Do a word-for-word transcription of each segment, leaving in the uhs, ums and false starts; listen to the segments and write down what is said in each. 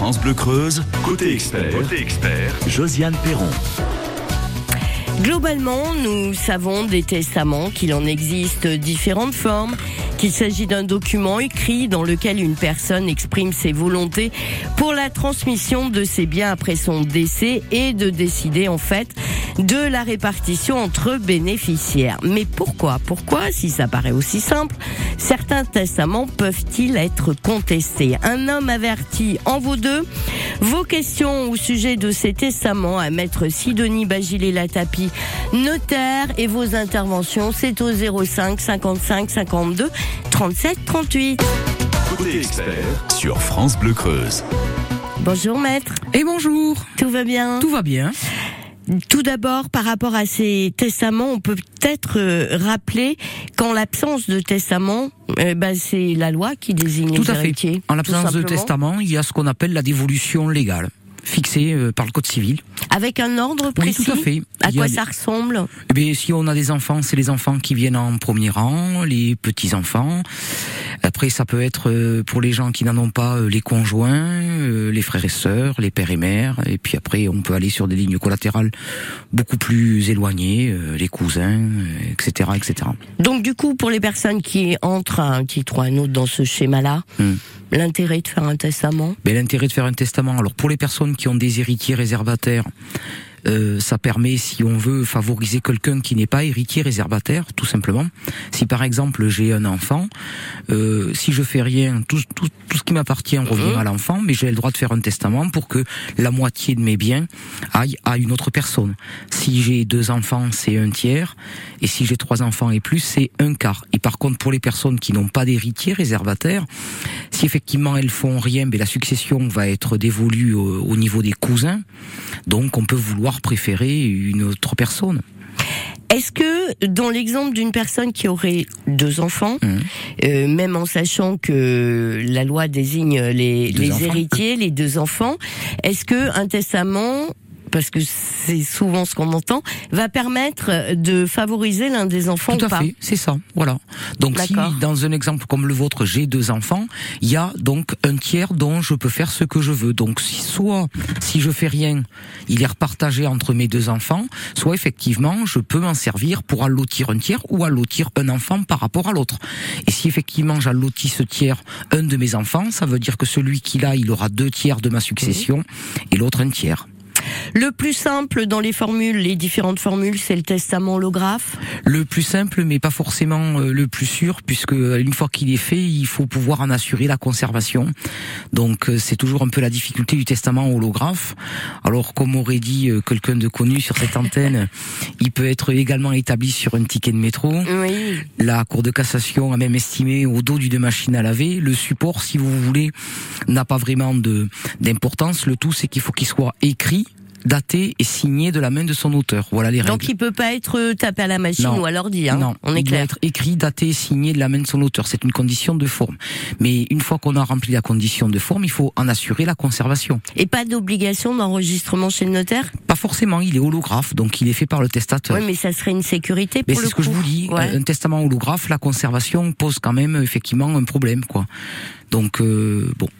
France Bleu Creuse, côté expert, côté expert, Josiane Perron. Globalement, nous savons des testaments qu'il en existe différentes formes, qu'il s'agit d'un document écrit dans lequel une personne exprime ses volontés pour la transmission de ses biens après son décès et de décider en fait de la répartition entre bénéficiaires. Mais pourquoi ? Pourquoi, si ça paraît aussi simple, certains testaments peuvent-ils être contestés ? Un homme averti en vaut deux. Vos questions au sujet de ces testaments à maître Sidonie Bagillet-Latapy, notaire, et vos interventions, c'est au zéro cinq cinquante-cinq cinquante-deux trente-sept trente-huit. Côté expert sur France Bleu Creuse. Bonjour maître. Et bonjour. Tout va bien ? Tout va bien. Tout d'abord, par rapport à ces testaments, on peut peut-être euh, rappeler qu'en l'absence de testament, euh, bah, c'est la loi qui désigne Tout les à fait. héritiers. En l'absence de testament, il y a ce qu'on appelle la dévolution légale, fixée euh, par le Code civil. Avec un ordre précis ? Oui, tout à fait. À Il y quoi a... ça ressemble ? Eh bien, si on a des enfants, c'est les enfants qui viennent en premier rang, les petits-enfants. Après, ça peut être euh, pour les gens qui n'en ont pas, euh, les conjoints, euh, les frères et sœurs, les pères et mères. Et puis après, on peut aller sur des lignes collatérales beaucoup plus éloignées, euh, les cousins, euh, et cetera, et cetera. Donc du coup, pour les personnes qui entrent à un titre ou à un autre dans ce schéma-là, hum. l'intérêt de faire un testament ? Ben, l'intérêt de faire un testament, alors pour les personnes qui ont des héritiers réservataires, Euh, ça permet, si on veut, favoriser quelqu'un qui n'est pas héritier réservataire, tout simplement. Si par exemple j'ai un enfant, euh, si je fais rien, tout, tout, tout ce qui m'appartient revient à l'enfant, mais j'ai le droit de faire un testament pour que la moitié de mes biens aille à une autre personne. Si j'ai deux enfants, c'est un tiers, et si j'ai trois enfants et plus, c'est un quart. Et par contre, pour les personnes qui n'ont pas d'héritier réservataire, si effectivement elles font rien, ben la succession va être dévolue au, au niveau des cousins, donc on peut vouloir préférer une autre personne. Est-ce que, dans l'exemple d'une personne qui aurait deux enfants, mmh. euh, même en sachant que la loi désigne les, les héritiers, les deux enfants, est-ce que un testament, parce que c'est souvent ce qu'on entend, va permettre de favoriser l'un des enfants Tout ou pas ? Tout à fait, c'est ça, voilà. Donc D'accord. si, dans un exemple comme le vôtre, j'ai deux enfants, il y a donc un tiers dont je peux faire ce que je veux. Donc si, soit, si je fais rien, il est repartagé entre mes deux enfants, soit effectivement, je peux m'en servir pour allotir un tiers ou allotir un enfant par rapport à l'autre. Et si effectivement j'allotis ce tiers, un de mes enfants, ça veut dire que celui qui l'a, il aura deux tiers de ma succession mmh. et l'autre un tiers. Le plus simple dans les formules, les différentes formules, c'est le testament holographe ? Le plus simple, mais pas forcément euh, le plus sûr, puisque une fois qu'il est fait, il faut pouvoir en assurer la conservation. Donc euh, c'est toujours un peu la difficulté du testament holographe. Alors comme aurait dit euh, quelqu'un de connu sur cette antenne, il peut être également établi sur un ticket de métro. Oui. La Cour de cassation a même estimé au dos d'une machine à laver. Le support, si vous voulez, n'a pas vraiment de d'importance. Le tout, c'est qu'il faut qu'il soit écrit, daté et signé de la main de son auteur. Voilà les règles. Donc il peut pas être tapé à la machine non. ou à l'ordi, hein. Non, on est il clair. doit être écrit, daté et signé de la main de son auteur. C'est une condition de forme. Mais une fois qu'on a rempli la condition de forme, il faut en assurer la conservation. Et pas d'obligation d'enregistrement chez le notaire ? Pas forcément, il est holographe, donc il est fait par le testateur. Oui, mais ça serait une sécurité pour mais le coup. c'est ce que je vous dis. Ouais. Un testament holographe, la conservation pose quand même effectivement un problème, quoi. Donc euh, bon.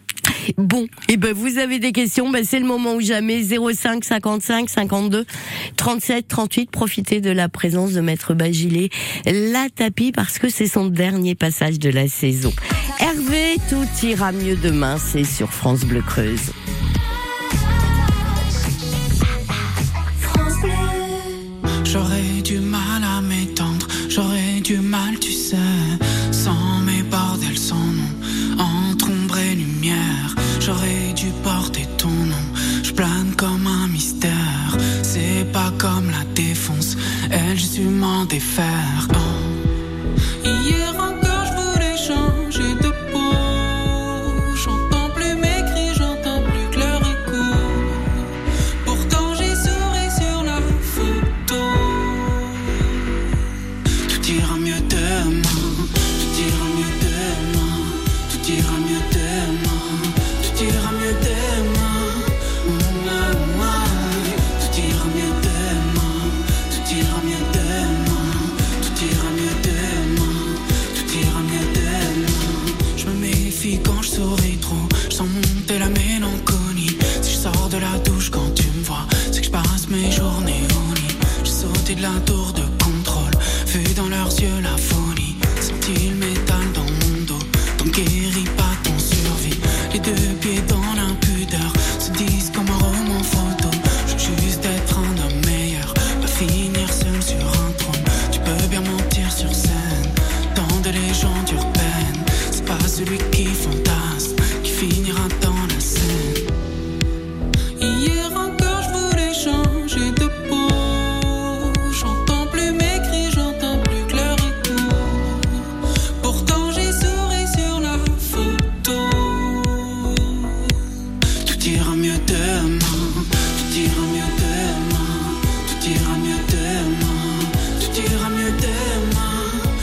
Bon, et ben vous avez des questions, ben c'est le moment ou jamais. Zéro cinq cinquante-cinq cinquante-deux trente-sept trente-huit. Profitez de la présence de maître Bagillet-Latapy parce que c'est son dernier passage de la saison. Hervé, tout ira mieux demain, c'est sur France Bleu Creuse. J'aurais du mal à m'étendre, j'aurais du mal, tu sais, sans mes bordels, sans nom, entre ombre et lumière. J'aurais dû porter ton nom, je plane comme un mystère. C'est pas comme la défonce, elle, j'ai su m'en défaire. Oh. Hier encore, je voulais changer de peau. J'entends plus mes cris, j'entends plus que leur écho. Pourtant, j'ai souri sur la photo. Tout ira mieux demain, tout ira mieux demain, tout ira mieux demain, tout ira mieux demain. Mmh, ouais. Tout ira mieux demain, tout ira mieux demain, tout ira mieux demain, tout ira mieux demain. Je me méfie quand je souris trop, je sens monter la mélancolie. pieds dans l'impudeur, se disent comme un roman photo. Je veux juste être un homme meilleur, pas finir seul sur un trône. Tu peux bien mentir sur scène, dans de légendes urbaines. C'est pas celui qui fantasme qui finira dans la scène. Hier encore je voulais changer de peau. J'entends plus mes cris, j'entends plus que leur écho. Pourtant j'ai souri sur la photo. Tout ira mieux demain, tout ira mieux demain, tout ira mieux demain, tout ira mieux demain.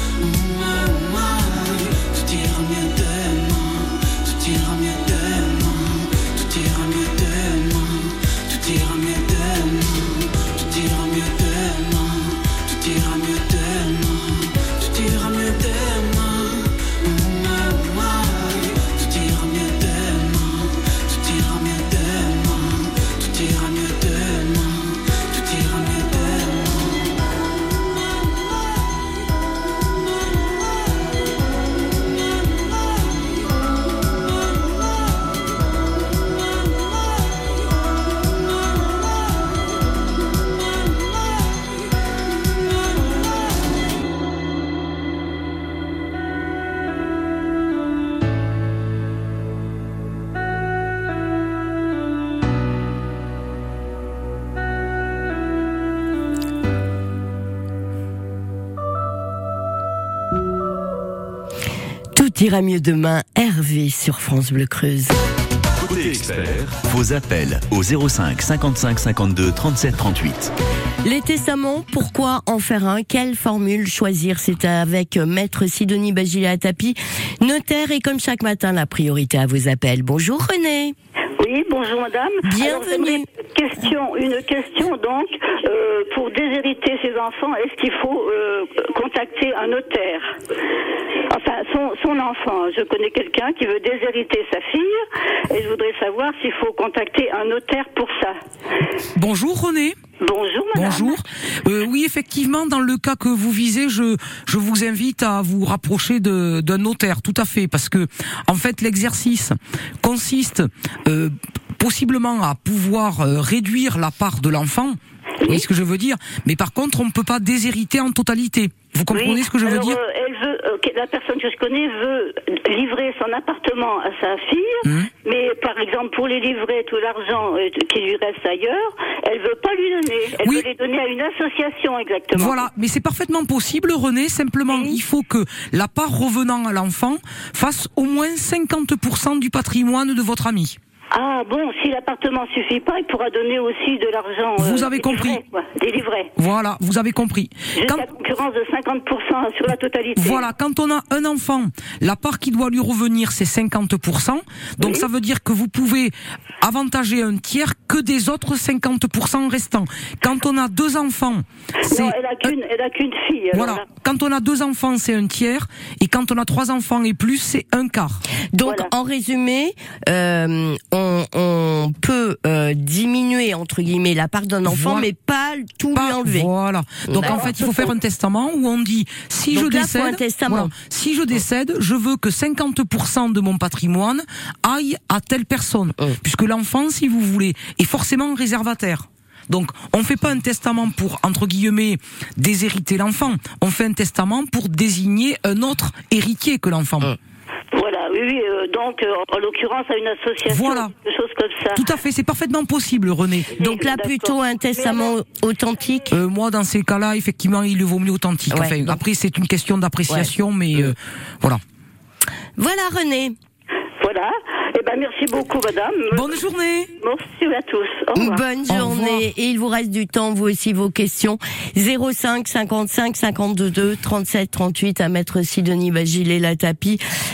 Tout ira mieux demain, tout ira mieux demain, tout ira mieux demain, tout ira mieux demain, tout ira mieux demain, tout ira mieux demain, tout ira mieux demain, tout ira mieux demain, tout ira mieux demain, tout ira mieux demain, tout ira mieux Tout ira mieux demain, Hervé sur France Bleu Creuse. Côté expert, vos appels au zéro cinq cinquante-cinq cinquante-deux trente-sept trente-huit. Les testaments, pourquoi en faire un? Quelle formule choisir? C'est avec Maître Sidonie Bagillet-Atapi, notaire, et comme chaque matin, la priorité à vos appels. Bonjour René. Oui, bonjour madame. Bienvenue. Alors, question, une question donc, euh, pour déshériter ses enfants, est-ce qu'il faut euh, contacter un notaire? Enfin, son, son enfant, je connais quelqu'un qui veut déshériter sa fille, et je voudrais savoir s'il faut contacter un notaire pour ça. Bonjour René. Bonjour madame. Bonjour. Euh, oui, effectivement, dans le cas que vous visez, je je vous invite à vous rapprocher de d'un notaire, tout à fait, parce que en fait, l'exercice consiste euh, possiblement à pouvoir euh, réduire la part de l'enfant. Vous voyez ce que je veux dire? Mais par contre, on ne peut pas déshériter en totalité. Vous comprenez Oui. ce que je veux Alors, dire? euh, elle veut, euh, la personne que je connais veut livrer son appartement à sa fille, Mmh. mais par exemple pour les livrer tout l'argent euh, qui lui reste ailleurs, elle veut pas lui donner. Elle Oui. veut les donner à une association exactement. Voilà, mais c'est parfaitement possible, René. Simplement, Oui. il faut que la part revenant à l'enfant fasse au moins cinquante pour cent du patrimoine de votre ami. Ah bon, si l'appartement suffit pas, il pourra donner aussi de l'argent. Vous euh, avez des compris. livrets, quoi, des livrets. Voilà, vous avez compris. Quand- Jusqu'à concurrence de cinquante pour cent sur la totalité. Voilà, quand on a un enfant, la part qui doit lui revenir, c'est cinquante pour cent. Donc Oui. ça veut dire que vous pouvez avantager un tiers que des autres cinquante pour cent restants. Quand on a deux enfants, c'est... Non, elle a qu'une, elle a qu'une fille. alors Voilà, là. quand on a deux enfants, c'est un tiers. Et quand on a trois enfants et plus, c'est un quart. Donc, Voilà. en résumé, euh, on, on peut euh, diminuer, entre guillemets, la part d'un enfant, Voilà. mais pas tout Pas- lui enlever. Voilà. Donc D'accord. en fait, il faut faire un testament où on dit si Donc je là, décède, faut un testament. voilà, si je décède, je veux que cinquante pour cent de mon patrimoine aille à telle personne, Mmh. puisque l'enfant, si vous voulez, est forcément réservataire. Donc, on fait pas un testament pour, entre guillemets, déshériter l'enfant. On fait un testament pour désigner un autre héritier que l'enfant. Mmh. Voilà, oui, oui. euh, donc, euh, en l'occurrence, à une association, Voilà. quelque chose comme ça. Tout à fait, c'est parfaitement possible, René. Donc là, D'accord. plutôt un testament authentique. Euh, moi, dans ces cas-là, effectivement, il vaut mieux authentique. Ouais, enfin, donc- après, c'est une question d'appréciation, mais euh, voilà. Voilà, René. Voilà. Eh ben, merci beaucoup, madame. Bonne journée. Merci à tous. Au revoir. Bonne Au revoir. journée. Et il vous reste du temps, vous aussi, vos questions. zéro cinq cinquante-cinq cinquante-deux trente-sept trente-huit à Maître Sidonie Bagillet-Atapi,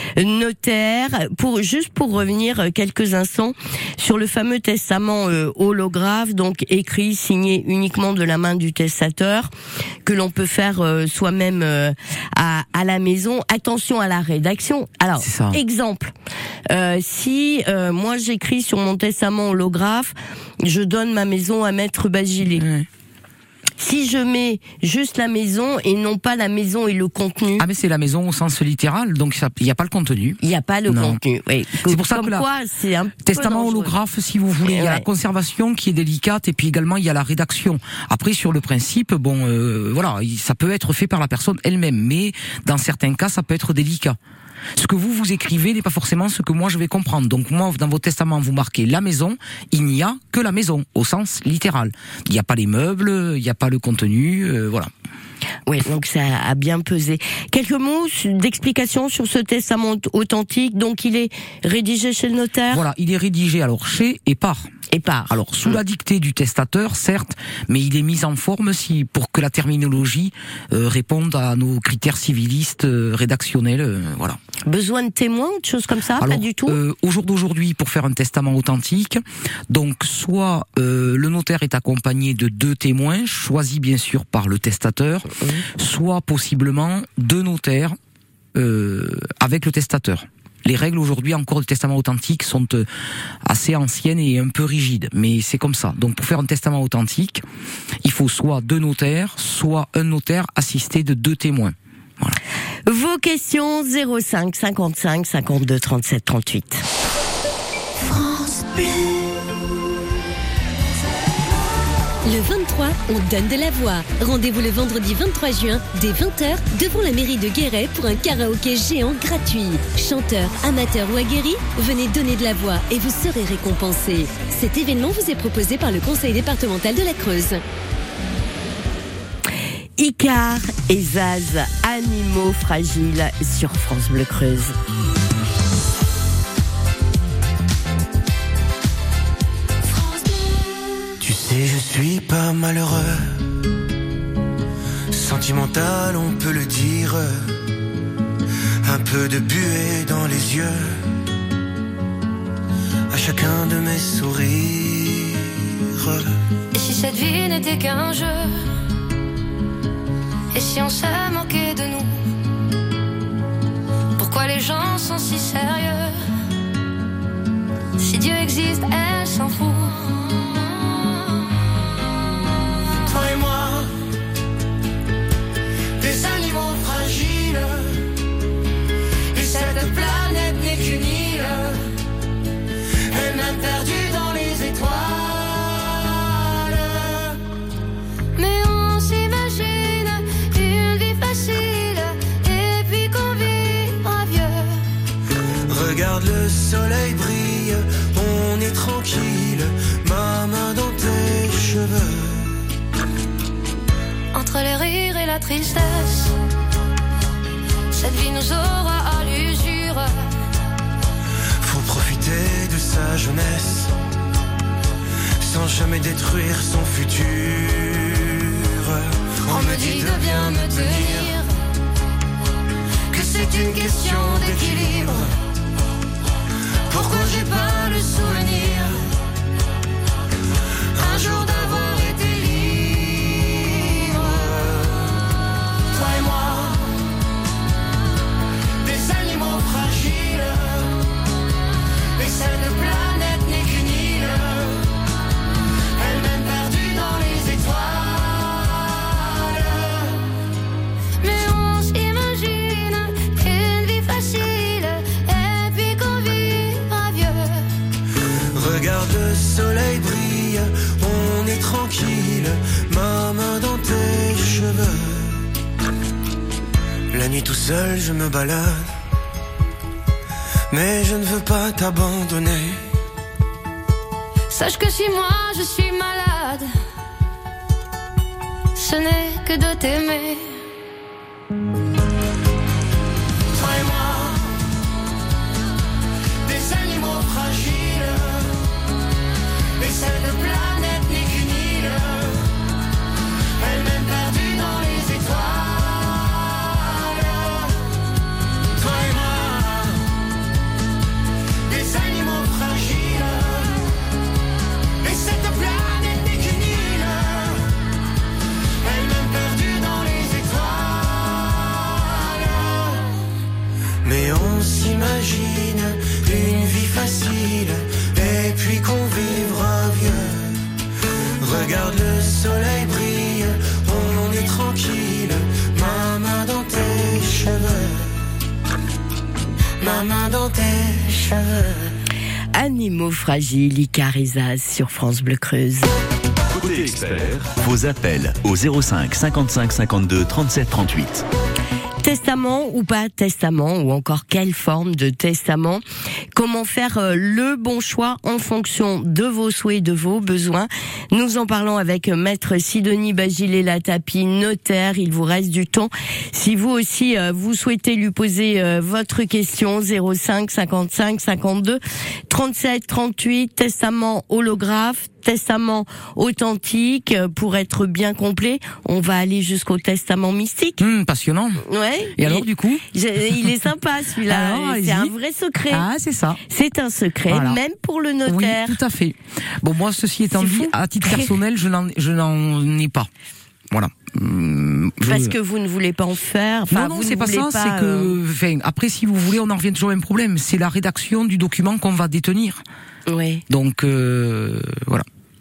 notaire. Pour, juste pour revenir quelques instants sur le fameux testament euh, holographe, donc écrit, signé uniquement de la main du testateur, que l'on peut faire euh, soi-même euh, à, à la maison. Attention à la rédaction. Alors, C'est ça. exemple, euh, si euh, moi j'écris sur mon testament holographe, je donne ma maison à Maître Bagillet. Ouais. si je mets juste la maison et non pas la maison et le contenu. Ah mais c'est la maison au sens littéral, donc il n'y a pas le contenu. Il n'y a pas le non. contenu. Oui. C'est pour ça Comme que la quoi, c'est un testament peu holographe, si vous voulez, il y a ouais. la conservation qui est délicate et puis également il y a la rédaction. Après sur le principe, bon, euh, voilà, ça peut être fait par la personne elle-même, mais dans certains cas, ça peut être délicat. Ce que vous vous écrivez n'est pas forcément ce que moi je vais comprendre. Donc moi, dans vos testaments, vous marquez la maison, il n'y a que la maison, au sens littéral. Il n'y a pas les meubles, il n'y a pas le contenu, euh, voilà. Oui, donc ça a bien pesé. Quelques mots d'explication sur ce testament authentique. Donc il est rédigé chez le notaire. Voilà, il est rédigé alors chez et par. Et par. Alors sous mmh. la dictée du testateur, certes, mais il est mis en forme si pour que la terminologie euh, réponde à nos critères civilistes euh, rédactionnels, euh, voilà. Besoin de témoins, de choses comme ça, alors, pas du tout. Euh, au jour d'aujourd'hui, pour faire un testament authentique, donc soit euh, le notaire est accompagné de deux témoins, choisis bien sûr par le testateur, mmh. soit possiblement deux notaires euh, avec le testateur. Les règles aujourd'hui encore du testament authentique sont assez anciennes et un peu rigides, mais c'est comme ça. Donc pour faire un testament authentique, il faut soit deux notaires, soit un notaire assisté de deux témoins. Voilà. Vos questions zéro cinq cinquante-cinq cinquante-deux trente-sept trente-huit. France Bleu. Le vingt-trois, on donne de la voix. Rendez-vous le vendredi vingt-trois juin, dès vingt heures, devant la mairie de Guéret pour un karaoké géant gratuit. Chanteurs, amateurs ou aguerris, venez donner de la voix et vous serez récompensés. Cet événement vous est proposé par le conseil départemental de la Creuse. Icar et Zaz, animaux fragiles sur France Bleu Creuse. Et je suis pas malheureux, sentimental on peut le dire, un peu de buée dans les yeux, à chacun de mes sourires. Et si cette vie n'était qu'un jeu, et si on se moquait de nous, pourquoi les gens sont si sérieux? Si Dieu existe, elle s'en fout. Toi et moi, des animaux fragiles, et cette planète n'est qu'une île, elle-même perdue dans les étoiles. Mais on s'imagine une vie facile, et puis qu'on vivra vieux. Regarde le soleil brille, on est tranquille, ma main dans tes cheveux. Entre les rires et la tristesse, cette vie nous aura à l'usure. Faut profiter de sa jeunesse, sans jamais détruire son futur. On me dit de bien me tenir, que c'est une question d'équilibre. Pourquoi j'ai pas le souvenir un jour d'avoir été libre? Toi et moi, des animaux fragiles, et cette planète n'est qu'une île, elle-même perdue dans les étoiles. mais on s'imagine une vie facile, et puis qu'on vivra vieux. Regarde le soleil brille, on est tranquille, ma main dans tes cheveux. La nuit tout seul je me balade, mais je ne veux pas t'abandonner. Sache que si moi je suis malade, ce n'est que de t'aimer. Toi et moi, des animaux fragiles, et cette planète n'est qu'une île, elle-même perdue dans les étoiles. Toi et moi, des animaux fragiles, et cette planète n'est qu'une île, elle-même perdue dans les étoiles. cheveux. Animaux fragiles, Icarizas sur France Bleu Creuse. Côté expert, vos appels au zéro cinq cinquante-cinq cinquante-deux trente-sept trente-huit. Testament ou pas testament, ou encore quelle forme de testament? Comment faire le bon choix en fonction de vos souhaits, de vos besoins? Nous en parlons avec Maître Sidonie Bagillet-Latapie, notaire. Il vous reste du temps. Si vous aussi, vous souhaitez lui poser votre question, zéro cinq cinquante-cinq cinquante-deux trente-sept trente-huit, testament holographe, testament authentique, pour être bien complet, on va aller jusqu'au testament mystique. Mmh, passionnant. Ouais. Et alors, du coup? Il est sympa, celui-là. Alors, c'est un vrai secret. Ah, c'est ça. C'est un secret, voilà. Même pour le notaire. Oui, tout à fait. Bon, moi, ceci étant dit, à titre personnel, je n'en, je n'en ai pas. Voilà. Mmh, je... Parce que vous ne voulez pas en faire. Enfin, non, non, vous c'est pas ça. Pas, c'est que, euh... enfin, après, si vous voulez, on en revient toujours au même problème. C'est la rédaction du document qu'on va détenir. Oui. Donc, euh, voilà.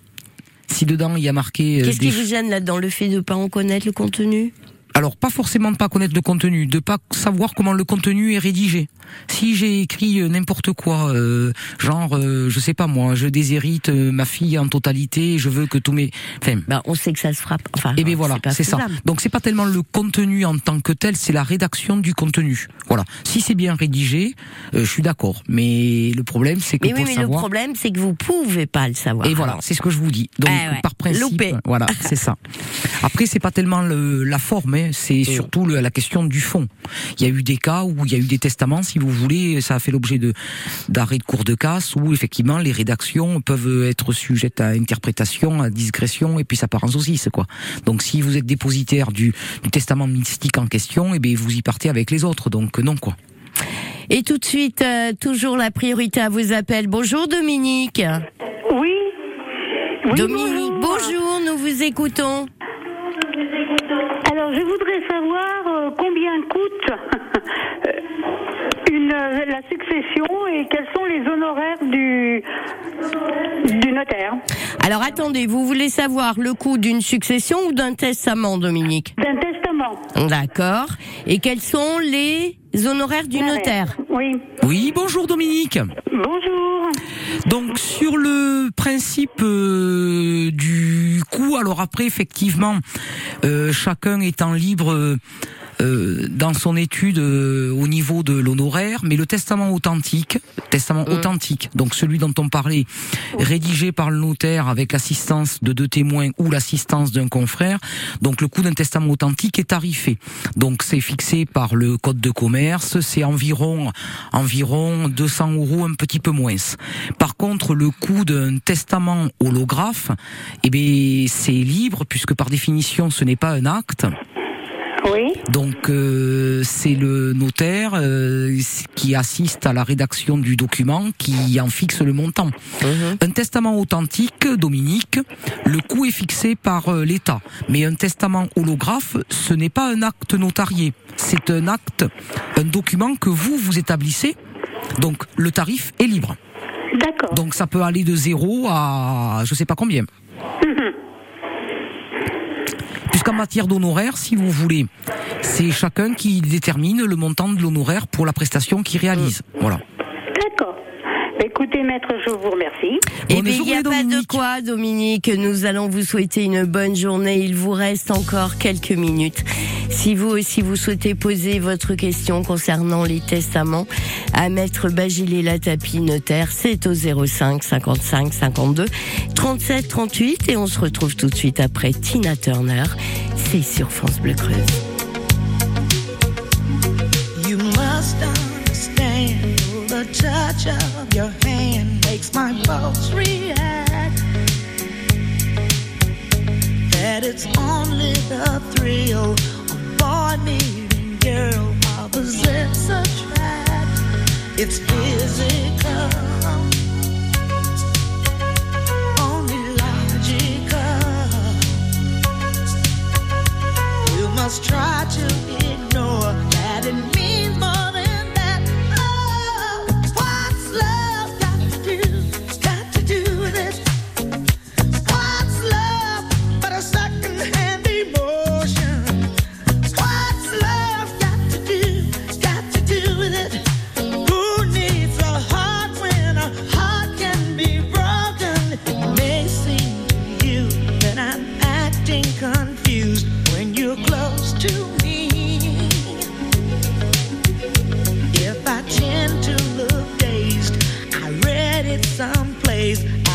Si dedans il y a marqué... Qu'est-ce des... qui vous gêne là-dedans, le fait de ne pas en connaître le contenu? Alors, pas forcément de pas connaître le contenu, de pas savoir comment le contenu est rédigé. Si j'ai écrit n'importe quoi, euh, genre, euh, je sais pas moi, je déshérite euh, ma fille en totalité, je veux que tous mes... Enfin, bah, on sait que ça se frappe. Enfin, et bien voilà, c'est, c'est ça. Donc c'est pas tellement le contenu en tant que tel, c'est la rédaction du contenu. Voilà. Si c'est bien rédigé, euh, je suis d'accord. Mais le problème, c'est que mais pour oui, mais savoir... le problème, c'est que vous pouvez pas le savoir. Et voilà, alors. c'est ce que je vous dis. Donc ah ouais. par principe, Loupé. Voilà, c'est ça. Après, c'est pas tellement le, la forme, hein, c'est mmh. surtout le, la question du fond. Il y a eu des cas où il y a eu des testaments, si vous voulez, ça a fait l'objet de d'arrêts de cour de casse où effectivement les rédactions peuvent être sujettes à interprétation, à discrétion, et puis ça part en saucisse, quoi. Donc si vous êtes dépositaire du, du testament mystique en question, et bien vous y partez avec les autres. Donc non, quoi. Et tout de suite, euh, toujours la priorité à vos appels. Bonjour Dominique. Oui. oui Dominique, bonjour. bonjour, nous vous écoutons. Alors, je voudrais savoir euh, combien coûte une, euh, la succession et quels sont les honoraires du, du notaire. Alors, attendez, vous voulez savoir le coût d'une succession ou d'un testament, Dominique? D'un testament. D'accord. Et quels sont les honoraires du notaire? Oui. Oui, bonjour Dominique. Bonjour. Donc sur le principe euh, du coût, alors après effectivement, euh, chacun étant libre euh, euh, dans son étude euh, au niveau de l'honoraire, mais le testament authentique, testament mmh. authentique, donc celui dont on parlait, rédigé par le notaire avec l'assistance de deux témoins ou l'assistance d'un confrère, donc le coût d'un testament authentique est tarifé. Donc c'est fixé par le code de commerce, c'est environ environ deux cents euros, un petit peu moins. Par contre, le coût d'un testament holographe, eh bien, c'est libre puisque par définition, ce n'est pas un acte. Oui. Donc euh, c'est le notaire euh, qui assiste à la rédaction du document qui en fixe le montant. Mmh. Un testament authentique, Dominique, le coût est fixé par euh, l'État. Mais un testament holographe, ce n'est pas un acte notarié. C'est un acte, un document que vous, vous établissez. Donc le tarif est libre. D'accord. Donc ça peut aller de zéro à je sais pas combien. Mmh. Puisqu'en matière d'honoraires, si vous voulez, c'est chacun qui détermine le montant de l'honoraire pour la prestation qu'il réalise. Voilà. D'accord. Écoutez, maître, je vous remercie. Et bien, il n'y a pas de quoi, Dominique. Nous allons vous souhaiter une bonne journée. Il vous reste encore quelques minutes. Si vous aussi vous souhaitez poser votre question concernant les testaments à Maître Bagillet-Latapie, notaire, c'est au zéro cinq cinquante-cinq cinquante-deux trente-sept trente-huit et on se retrouve tout de suite après Tina Turner. C'est sur France Bleu Creuse. You must understand the touch of your hand makes my pulse react. That it's only the thrill boy meeting girl, opposites attract. It's physical, only logical. You must try to ignore that it means more than that. Oh, what's love got to do? Got to do with it. What's love but a second-hand emotion? What's love got to do, got to do with it? Who needs a heart?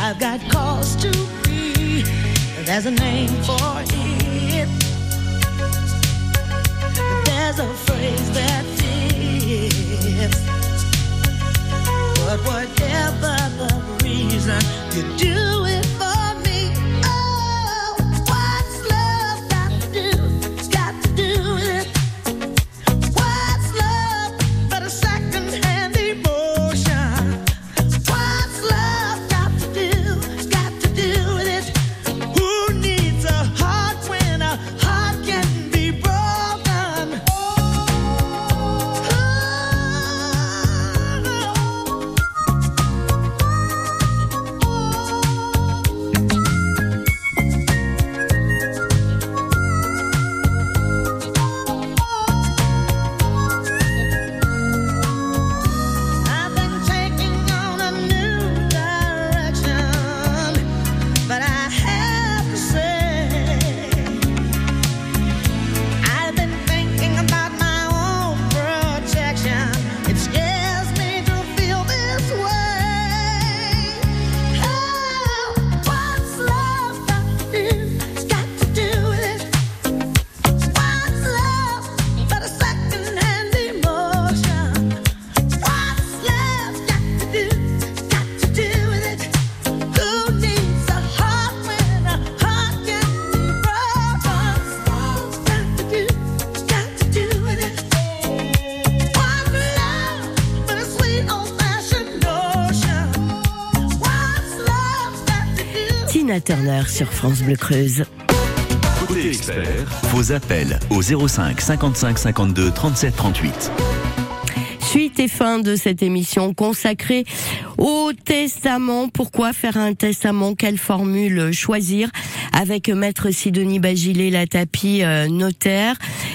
I've got cause to be. There's a name for it. There's a phrase that fits. But whatever the reason, you do it for me. Oh, what's love got to do? Got to do with it. What's love but a second-hand emotion? What's love got to do? Got to do with it. Who needs a heart when a heart can be broken? I've been taking on a new direction, but I have to say, I've been thinking about my own protection. It scares me to feel this way. Oh, what's love got to do? Got to do with it. What's love but a second-hand emotion? What's love got to do? Got to do with it. Who needs a heart when a heart can be broken? What's got to do? Got to do with it. What's love but a sweet old-fashioned notion? What's love got to do? Tina Turner sur France Bleu Creuse. Côté expert, vos appels au zéro cinq cinquante-cinq cinquante-deux trente-sept trente-huit. Suite et fin de cette émission consacrée au testament. Pourquoi faire un testament? Quelle formule choisir? Avec Maître Sidonie Bagilé-Latapie, euh, notaire.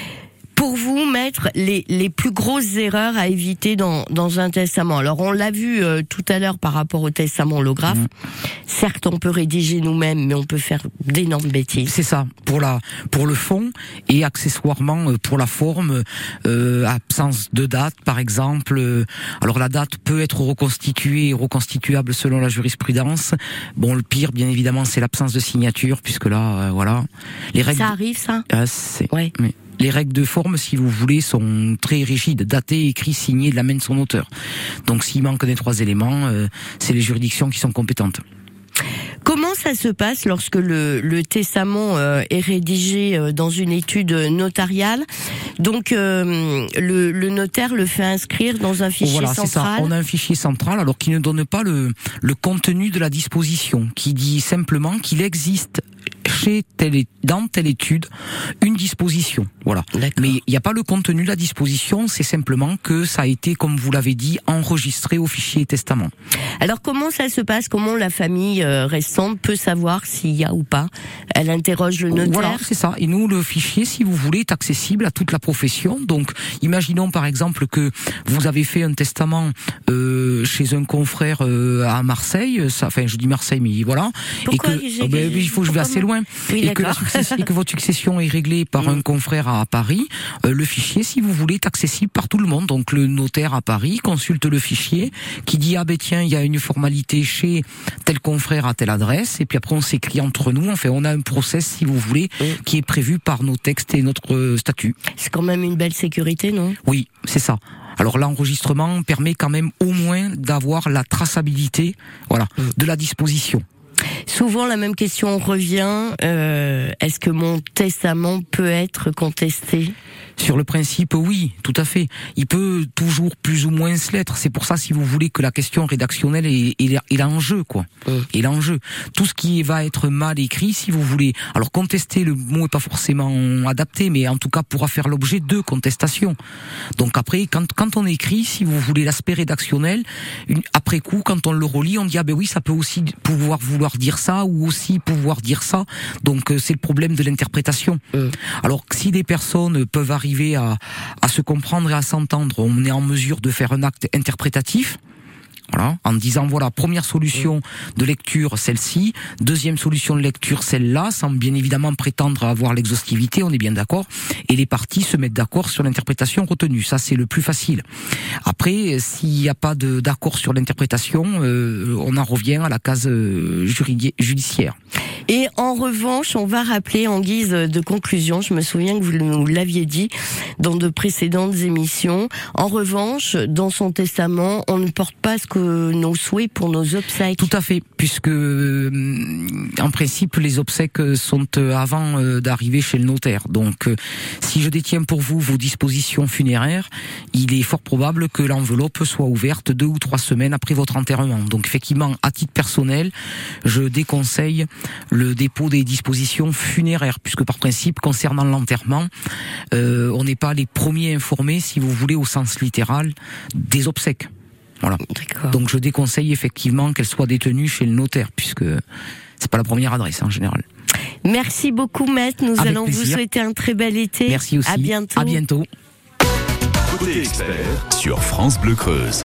Pour vous, Maître, les, les plus grosses erreurs à éviter dans, dans un testament. Alors, on l'a vu euh, tout à l'heure par rapport au testament holographe. Mmh. Certes, on peut rédiger nous-mêmes, mais on peut faire d'énormes bêtises. C'est ça, pour la pour le fond et accessoirement euh, pour la forme, euh, absence de date par exemple. Euh, alors la date peut être reconstituée et reconstituable selon la jurisprudence. Bon, le pire, bien évidemment, c'est l'absence de signature, puisque là, euh, voilà. Les règles. Ça arrive, ça euh, c'est... Ouais. Mais... Les règles de forme, si vous voulez, sont très rigides, daté, écrit, signé de la main de son auteur. Donc s'il manque des trois éléments, euh, c'est les juridictions qui sont compétentes. Comment ça se passe lorsque le, le testament euh, est rédigé euh, dans une étude notariale? Donc euh, le, le notaire le fait inscrire dans un fichier voilà, central. C'est ça. On a un fichier central, alors qui ne donne pas le, le contenu de la disposition, qui dit simplement qu'il existe chez telle, dans telle étude une disposition. Voilà. Mais il n'y a pas le contenu de la disposition, c'est simplement que ça a été, comme vous l'avez dit, enregistré au fichier testament. Alors comment ça se passe? Comment la famille euh, restante peut savoir s'il y a ou pas? Elle interroge le notaire? Voilà, c'est ça. Et nous, le fichier, si vous voulez, est accessible à toute la profession. Donc, imaginons par exemple que vous avez fait un testament euh, chez un confrère euh, à Marseille. Ça, enfin, je dis Marseille, mais voilà. Pourquoi et que j'ai, oh, ben, il faut que je vais assez loin. Oui, et, que la succession, et que votre succession est réglée par un confrère à Paris. Euh, le fichier, si vous voulez, est accessible par tout le monde. Donc, le notaire à Paris consulte le fichier qui dit ah ben tiens, il y a une formalité chez tel confrère à telle adresse. Et puis après, on s'écrit entre nous. Enfin, on a un process, si vous voulez, qui est prévu par nos textes et notre euh, statut. C'est quand même une belle sécurité, non? Oui, c'est ça. Alors l'enregistrement permet quand même au moins d'avoir la traçabilité, voilà, mmh. de la disposition. Souvent, la même question revient. Euh, est-ce que mon testament peut être contesté? Sur le principe, oui, tout à fait. Il peut toujours plus ou moins se l'être. C'est pour ça, si vous voulez, que la question rédactionnelle est, est, est l'enjeu, quoi. Mmh. Est l'enjeu. Tout ce qui va être mal écrit, si vous voulez. Alors, contester, le mot est pas forcément adapté, mais en tout cas pourra faire l'objet de contestation. Donc après, quand, quand on écrit, si vous voulez, l'aspect rédactionnel, une, après coup, quand on le relit, on dit, ah ben oui, ça peut aussi pouvoir vouloir dire ça, ou aussi pouvoir dire ça. Donc, c'est le problème de l'interprétation. Mmh. Alors, si des personnes peuvent arriver arriver à, à se comprendre et à s'entendre, on est en mesure de faire un acte interprétatif. Voilà, en disant voilà, première solution de lecture, celle-ci, deuxième solution de lecture, celle-là, sans bien évidemment prétendre avoir l'exhaustivité, on est bien d'accord, et les parties se mettent d'accord sur l'interprétation retenue, ça c'est le plus facile. Après, s'il n'y a pas de, d'accord sur l'interprétation, euh, on en revient à la case euh, juridi- judiciaire. Et en revanche, on va rappeler en guise de conclusion, je me souviens que vous nous l'aviez dit dans de précédentes émissions, en revanche, dans son testament, on ne porte pas ce que nos souhaits pour nos obsèques. Tout à fait, puisque euh, en principe les obsèques sont avant euh, d'arriver chez le notaire. Donc euh, si je détiens pour vous vos dispositions funéraires, il est fort probable que l'enveloppe soit ouverte deux ou trois semaines après votre enterrement. Donc effectivement, à titre personnel, je déconseille le dépôt des dispositions funéraires, puisque par principe, concernant l'enterrement, euh, on n'est pas les premiers informés, si vous voulez, au sens littéral, des obsèques. Voilà. D'accord. Donc je déconseille effectivement qu'elle soit détenue chez le notaire, puisque c'est pas la première adresse en général. Merci beaucoup, maître. Nous Avec allons plaisir. vous souhaiter un très bel été. Merci aussi. À bientôt. À bientôt. Côté expert sur France Bleu Creuse.